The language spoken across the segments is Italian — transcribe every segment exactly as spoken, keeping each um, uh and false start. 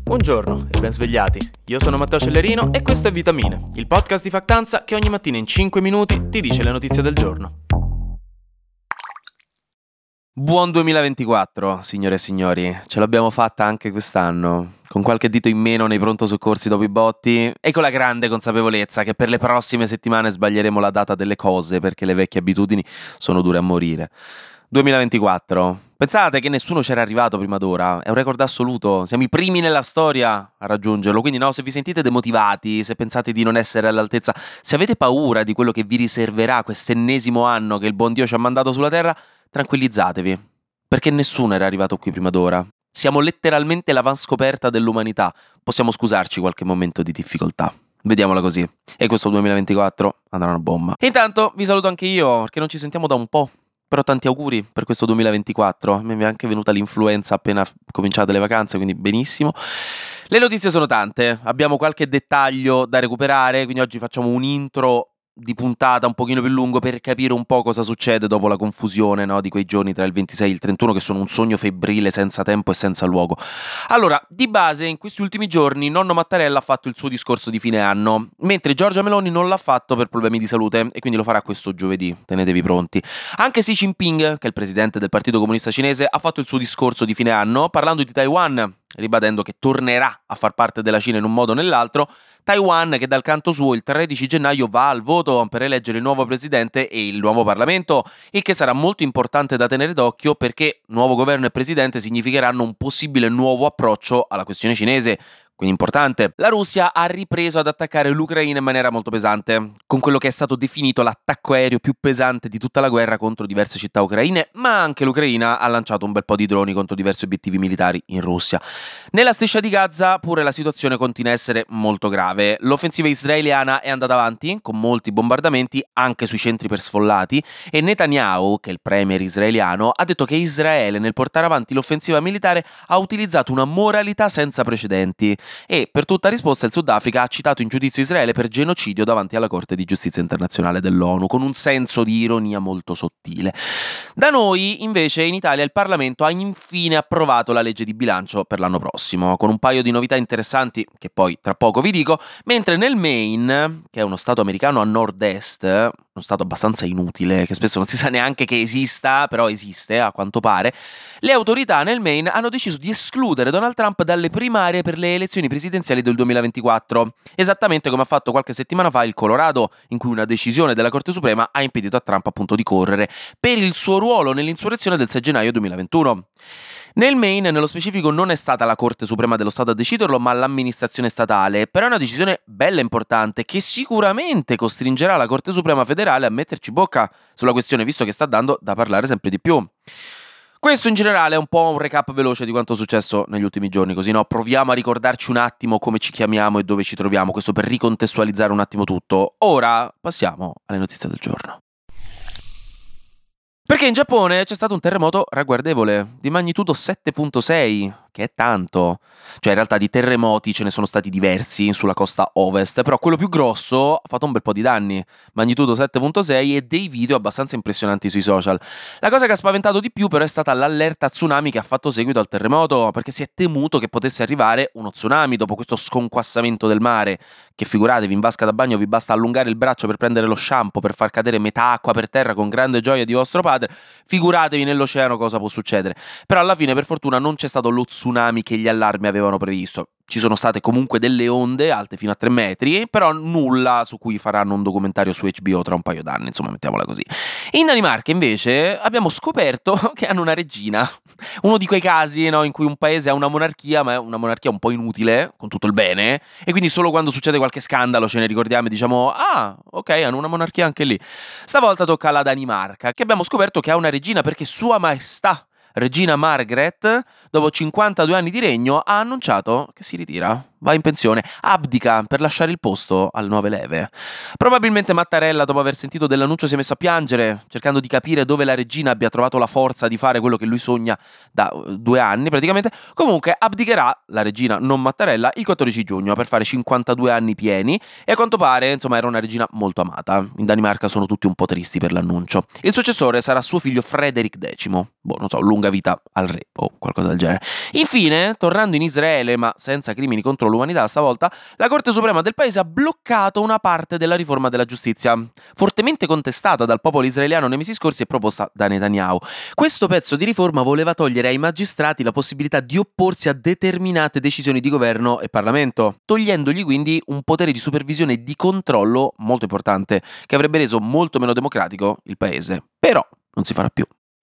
Buongiorno e ben svegliati. Io sono Matteo Cellerino e questo è Vitamine, il podcast di Factanza che ogni mattina in cinque minuti ti dice le notizie del giorno. Buon duemilaventiquattro, signore e signori. Ce l'abbiamo fatta anche quest'anno, con qualche dito in meno nei pronto soccorsi dopo i botti e con la grande consapevolezza che per le prossime settimane sbaglieremo la data delle cose perché le vecchie abitudini sono dure a morire. duemilaventiquattro. Pensate che nessuno c'era arrivato prima d'ora, è un record assoluto, siamo i primi nella storia a raggiungerlo, quindi no, se vi sentite demotivati, se pensate di non essere all'altezza, se avete paura di quello che vi riserverà quest'ennesimo anno che il buon Dio ci ha mandato sulla terra, tranquillizzatevi, perché nessuno era arrivato qui prima d'ora. Siamo letteralmente l'avanscoperta dell'umanità, possiamo scusarci qualche momento di difficoltà. Vediamola così. E questo duemilaventiquattro andrà una bomba. E intanto vi saluto anche io, perché non ci sentiamo da un po'. Però tanti auguri per questo duemilaventiquattro, a me mi è anche venuta l'influenza appena cominciate le vacanze, quindi benissimo. Le notizie sono tante, abbiamo qualche dettaglio da recuperare, quindi oggi facciamo un intro di puntata un pochino più lungo per capire un po' cosa succede dopo la confusione, no, di quei giorni tra il ventisei e il trentuno che sono un sogno febbrile senza tempo e senza luogo. Allora, di base in questi ultimi giorni nonno Mattarella ha fatto il suo discorso di fine anno, mentre Giorgia Meloni non l'ha fatto per problemi di salute e quindi lo farà questo giovedì, tenetevi pronti. Anche Xi Jinping, che è il presidente del Partito Comunista Cinese, ha fatto il suo discorso di fine anno parlando di Taiwan, ribadendo che tornerà a far parte della Cina in un modo o nell'altro. Taiwan che dal canto suo il tredici gennaio va al voto per eleggere il nuovo presidente e il nuovo Parlamento, il che sarà molto importante da tenere d'occhio perché nuovo governo e presidente significheranno un possibile nuovo approccio alla questione cinese. Quindi importante. La Russia ha ripreso ad attaccare l'Ucraina in maniera molto pesante, con quello che è stato definito l'attacco aereo più pesante di tutta la guerra contro diverse città ucraine, ma anche l'Ucraina ha lanciato un bel po' di droni contro diversi obiettivi militari in Russia. Nella striscia di Gaza pure la situazione continua a essere molto grave. L'offensiva israeliana è andata avanti, con molti bombardamenti anche sui centri per sfollati, e Netanyahu, che è il premier israeliano, ha detto che Israele nel portare avanti l'offensiva militare ha utilizzato una moralità senza precedenti. E per tutta risposta il Sudafrica ha citato in giudizio Israele per genocidio davanti alla Corte di Giustizia Internazionale dell'ONU, con un senso di ironia molto sottile. Da noi, invece, in Italia il Parlamento ha infine approvato la legge di bilancio per l'anno prossimo, con un paio di novità interessanti che poi tra poco vi dico, mentre nel Maine, che è uno stato americano a nord-est, uno stato abbastanza inutile, che spesso non si sa neanche che esista, però esiste a quanto pare, le autorità nel Maine hanno deciso di escludere Donald Trump dalle primarie per le elezioni presidenziali del duemilaventiquattro, esattamente come ha fatto qualche settimana fa il Colorado, in cui una decisione della Corte Suprema ha impedito a Trump appunto di correre per il suo ruolo nell'insurrezione del sei gennaio duemilaventuno. Nel Maine, nello specifico, non è stata la Corte Suprema dello Stato a deciderlo, ma l'amministrazione statale, però è una decisione bella importante che sicuramente costringerà la Corte Suprema federale a metterci bocca sulla questione, visto che sta dando da parlare sempre di più. Questo in generale è un po' un recap veloce di quanto è successo negli ultimi giorni, così no? Proviamo a ricordarci un attimo come ci chiamiamo e dove ci troviamo, questo per ricontestualizzare un attimo tutto. Ora passiamo alle notizie del giorno. Perché in Giappone c'è stato un terremoto ragguardevole, di magnitudo sette virgola sei, che è tanto. Cioè in realtà di terremoti ce ne sono stati diversi sulla costa ovest, però quello più grosso ha fatto un bel po' di danni, magnitudo sette virgola sei e dei video abbastanza impressionanti sui social. La cosa che ha spaventato di più però è stata l'allerta tsunami che ha fatto seguito al terremoto, perché si è temuto che potesse arrivare uno tsunami dopo questo sconquassamento del mare, che figuratevi, in vasca da bagno vi basta allungare il braccio per prendere lo shampoo, per far cadere metà acqua per terra con grande gioia di vostro padre, figuratevi nell'oceano cosa può succedere. Però alla fine per fortuna non c'è stato lo tsunami che gli allarmi avevano previsto. Ci sono state comunque delle onde alte fino a tre metri, però nulla su cui faranno un documentario su H B O tra un paio d'anni, insomma, mettiamola così. In Danimarca, invece, abbiamo scoperto che hanno una regina. Uno di quei casi, no, in cui un paese ha una monarchia, ma è una monarchia un po' inutile, con tutto il bene, e quindi solo quando succede qualche scandalo ce ne ricordiamo e diciamo «Ah, ok, hanno una monarchia anche lì». Stavolta tocca alla Danimarca, che abbiamo scoperto che ha una regina perché Sua Maestà Regina Margaret, dopo cinquantadue anni di regno, ha annunciato che si ritira. va in pensione, abdica per lasciare il posto alle nuove leve. Probabilmente Mattarella, dopo aver sentito dell'annuncio, si è messo a piangere, cercando di capire dove la regina abbia trovato la forza di fare quello che lui sogna da uh, due anni praticamente. Comunque abdicherà la regina, non Mattarella, il quattordici giugno per fare cinquantadue anni pieni, e a quanto pare, insomma, era una regina molto amata. In Danimarca sono tutti un po' tristi per l'annuncio. Il successore sarà suo figlio Frederik decimo. Boh, non so, lunga vita al re o qualcosa del genere. Infine, tornando in Israele, ma senza crimini contro l'umanità stavolta, la Corte Suprema del paese ha bloccato una parte della riforma della giustizia, fortemente contestata dal popolo israeliano nei mesi scorsi e proposta da Netanyahu. Questo pezzo di riforma voleva togliere ai magistrati la possibilità di opporsi a determinate decisioni di governo e Parlamento, togliendogli quindi un potere di supervisione e di controllo molto importante, che avrebbe reso molto meno democratico il paese. Però non si farà più.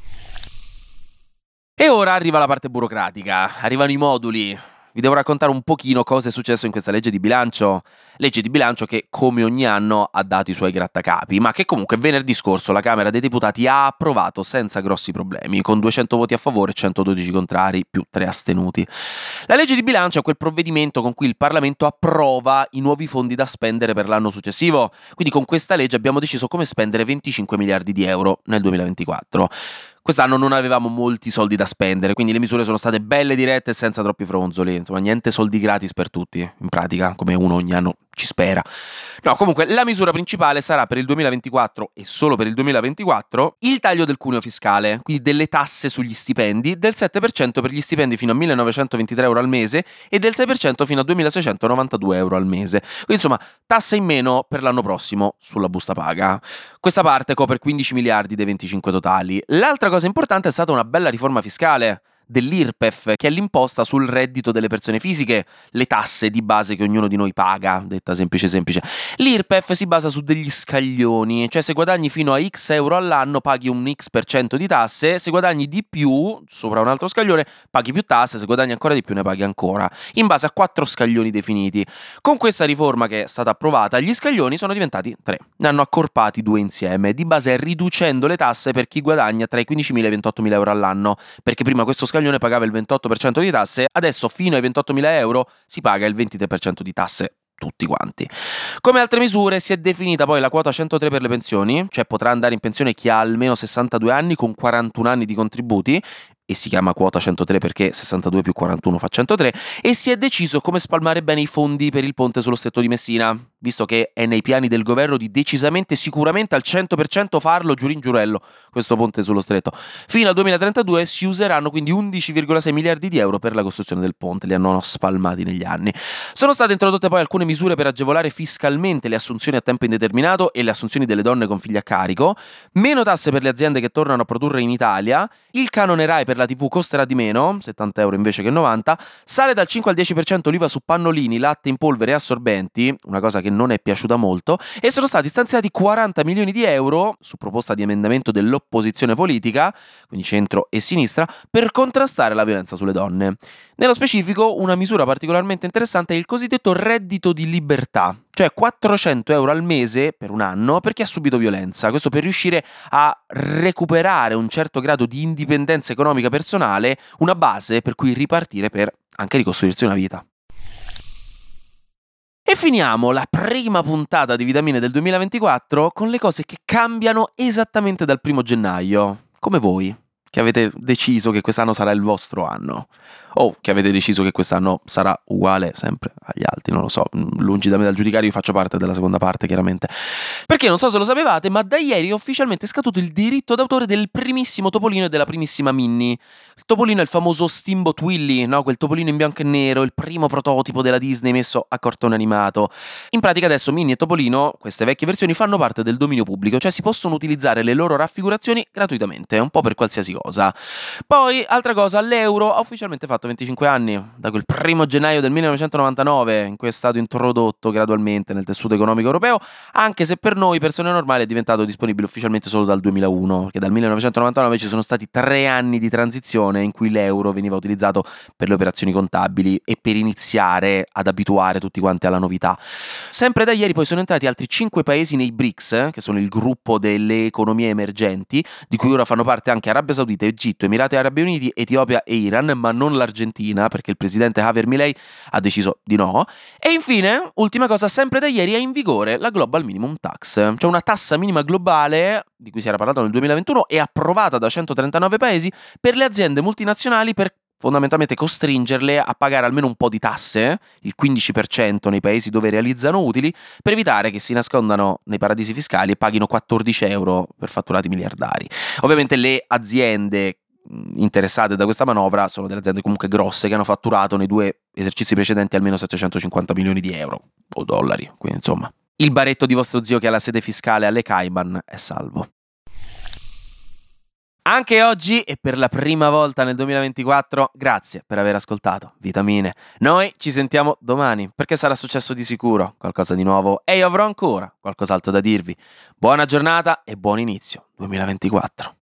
E ora arriva la parte burocratica, arrivano i moduli. Vi devo raccontare un pochino cosa è successo in questa legge di bilancio. Legge di bilancio che, come ogni anno, ha dato i suoi grattacapi, ma che comunque venerdì scorso la Camera dei Deputati ha approvato senza grossi problemi, con duecento voti a favore e centododici contrari, più tre astenuti. La legge di bilancio è quel provvedimento con cui il Parlamento approva i nuovi fondi da spendere per l'anno successivo. Quindi con questa legge abbiamo deciso come spendere venticinque miliardi di euro nel duemilaventiquattro. Quest'anno non avevamo molti soldi da spendere, quindi le misure sono state belle dirette e senza troppi fronzoli. Insomma, niente soldi gratis per tutti, in pratica, come uno ogni anno ci spera. No, comunque, la misura principale sarà per il duemilaventiquattro e solo per il duemilaventiquattro il taglio del cuneo fiscale, quindi delle tasse sugli stipendi, del sette per cento per gli stipendi fino a millenovecentoventitré euro al mese e del sei per cento fino a duemilaseicentonovantadue euro al mese. Quindi, insomma, tasse in meno per l'anno prossimo sulla busta paga. Questa parte copre quindici miliardi dei venticinque totali. L'altra cosa importante è stata una bella riforma fiscale dell'I R P E F, che è l'imposta sul reddito delle persone fisiche, le tasse di base che ognuno di noi paga, detta semplice semplice. L'I R P E F si basa su degli scaglioni, cioè se guadagni fino a X euro all'anno paghi un X per cento di tasse, se guadagni di più, sopra un altro scaglione, paghi più tasse, se guadagni ancora di più ne paghi ancora, in base a quattro scaglioni definiti. Con questa riforma che è stata approvata, gli scaglioni sono diventati tre, ne hanno accorpati due insieme, di base riducendo le tasse per chi guadagna tra i quindicimila e i ventottomila euro all'anno, perché prima questo scaglione pagava il ventotto per cento di tasse, adesso fino ai ventottomila euro si paga il ventitré per cento di tasse tutti quanti. Come altre misure si è definita poi la quota centotré per le pensioni, cioè potrà andare in pensione chi ha almeno sessantadue anni con quarantuno anni di contributi, e si chiama quota centotré perché sessantadue più quarantuno fa centotré, e si è deciso come spalmare bene i fondi per il ponte sullo Stretto di Messina, visto che è nei piani del governo di decisamente, sicuramente al cento per cento farlo giurin giurello, questo ponte sullo Stretto. Fino al duemilatrentadue si useranno quindi undici virgola sei miliardi di euro per la costruzione del ponte, li hanno spalmati negli anni. Sono state introdotte poi alcune misure per agevolare fiscalmente le assunzioni a tempo indeterminato e le assunzioni delle donne con figli a carico, meno tasse per le aziende che tornano a produrre in Italia, il canone Rai per la tivù costerà di meno, settanta euro invece che novanta, sale dal cinque al dieci per cento l'I V A su pannolini, latte in polvere e assorbenti, una cosa che non è piaciuta molto, e sono stati stanziati quaranta milioni di euro, su proposta di emendamento dell'opposizione politica, quindi centro e sinistra, per contrastare la violenza sulle donne. Nello specifico, una misura particolarmente interessante è il cosiddetto reddito di libertà, cioè quattrocento euro al mese per un anno per chi ha subito violenza, questo per riuscire a recuperare un certo grado di indipendenza economica personale, una base per cui ripartire per anche ricostruirsi una vita. E finiamo la prima puntata di Vitamine del duemilaventiquattro con le cose che cambiano esattamente dal primo gennaio, come voi, che avete deciso che quest'anno sarà il vostro anno, o che avete deciso che quest'anno sarà uguale sempre agli altri, non lo so, lungi da me dal giudicare, io faccio parte della seconda parte chiaramente. Perché non so se lo sapevate, ma da ieri è ufficialmente scaduto il diritto d'autore del primissimo Topolino e della primissima Minnie. Il Topolino è il famoso Steamboat Willie, no? Quel topolino in bianco e nero, il primo prototipo della Disney messo a cartone animato. In pratica adesso Minnie e Topolino, queste vecchie versioni, fanno parte del dominio pubblico, cioè si possono utilizzare le loro raffigurazioni gratuitamente, un po' per qualsiasi cosa. Poi, altra cosa, l'euro ha ufficialmente fatto venticinque anni, da quel primo gennaio del millenovecentonovantanove, in cui è stato introdotto gradualmente nel tessuto economico europeo, anche se per noi persone normali è diventato disponibile ufficialmente solo dal duemilauno, perché dal millenovecentonovantanove ci sono stati tre anni di transizione in cui l'euro veniva utilizzato per le operazioni contabili e per iniziare ad abituare tutti quanti alla novità. Sempre da ieri poi sono entrati altri cinque paesi nei B R I C S, che sono il gruppo delle economie emergenti, di cui ora fanno parte anche Arabia Saudita, Egitto, Emirati Arabi Uniti, Etiopia e Iran, ma non l'Argentina, l'Argentina, perché il presidente Javier Milei ha deciso di no. E infine, ultima cosa, sempre da ieri è in vigore la Global Minimum Tax, cioè una tassa minima globale di cui si era parlato nel duemilaventuno e approvata da centotrentanove paesi per le aziende multinazionali, per fondamentalmente costringerle a pagare almeno un po' di tasse, il quindici per cento nei paesi dove realizzano utili, per evitare che si nascondano nei paradisi fiscali e paghino quattordici euro per fatturati miliardari. Ovviamente le aziende interessate da questa manovra sono delle aziende comunque grosse che hanno fatturato nei due esercizi precedenti almeno settecentocinquanta milioni di euro o dollari, quindi insomma il baretto di vostro zio che ha la sede fiscale alle Cayman è salvo. Anche oggi e per la prima volta nel duemilaventiquattro, grazie per aver ascoltato Vitamine. Noi ci sentiamo domani, perché sarà successo di sicuro qualcosa di nuovo e io avrò ancora qualcos'altro da dirvi. Buona giornata e buon inizio duemilaventiquattro.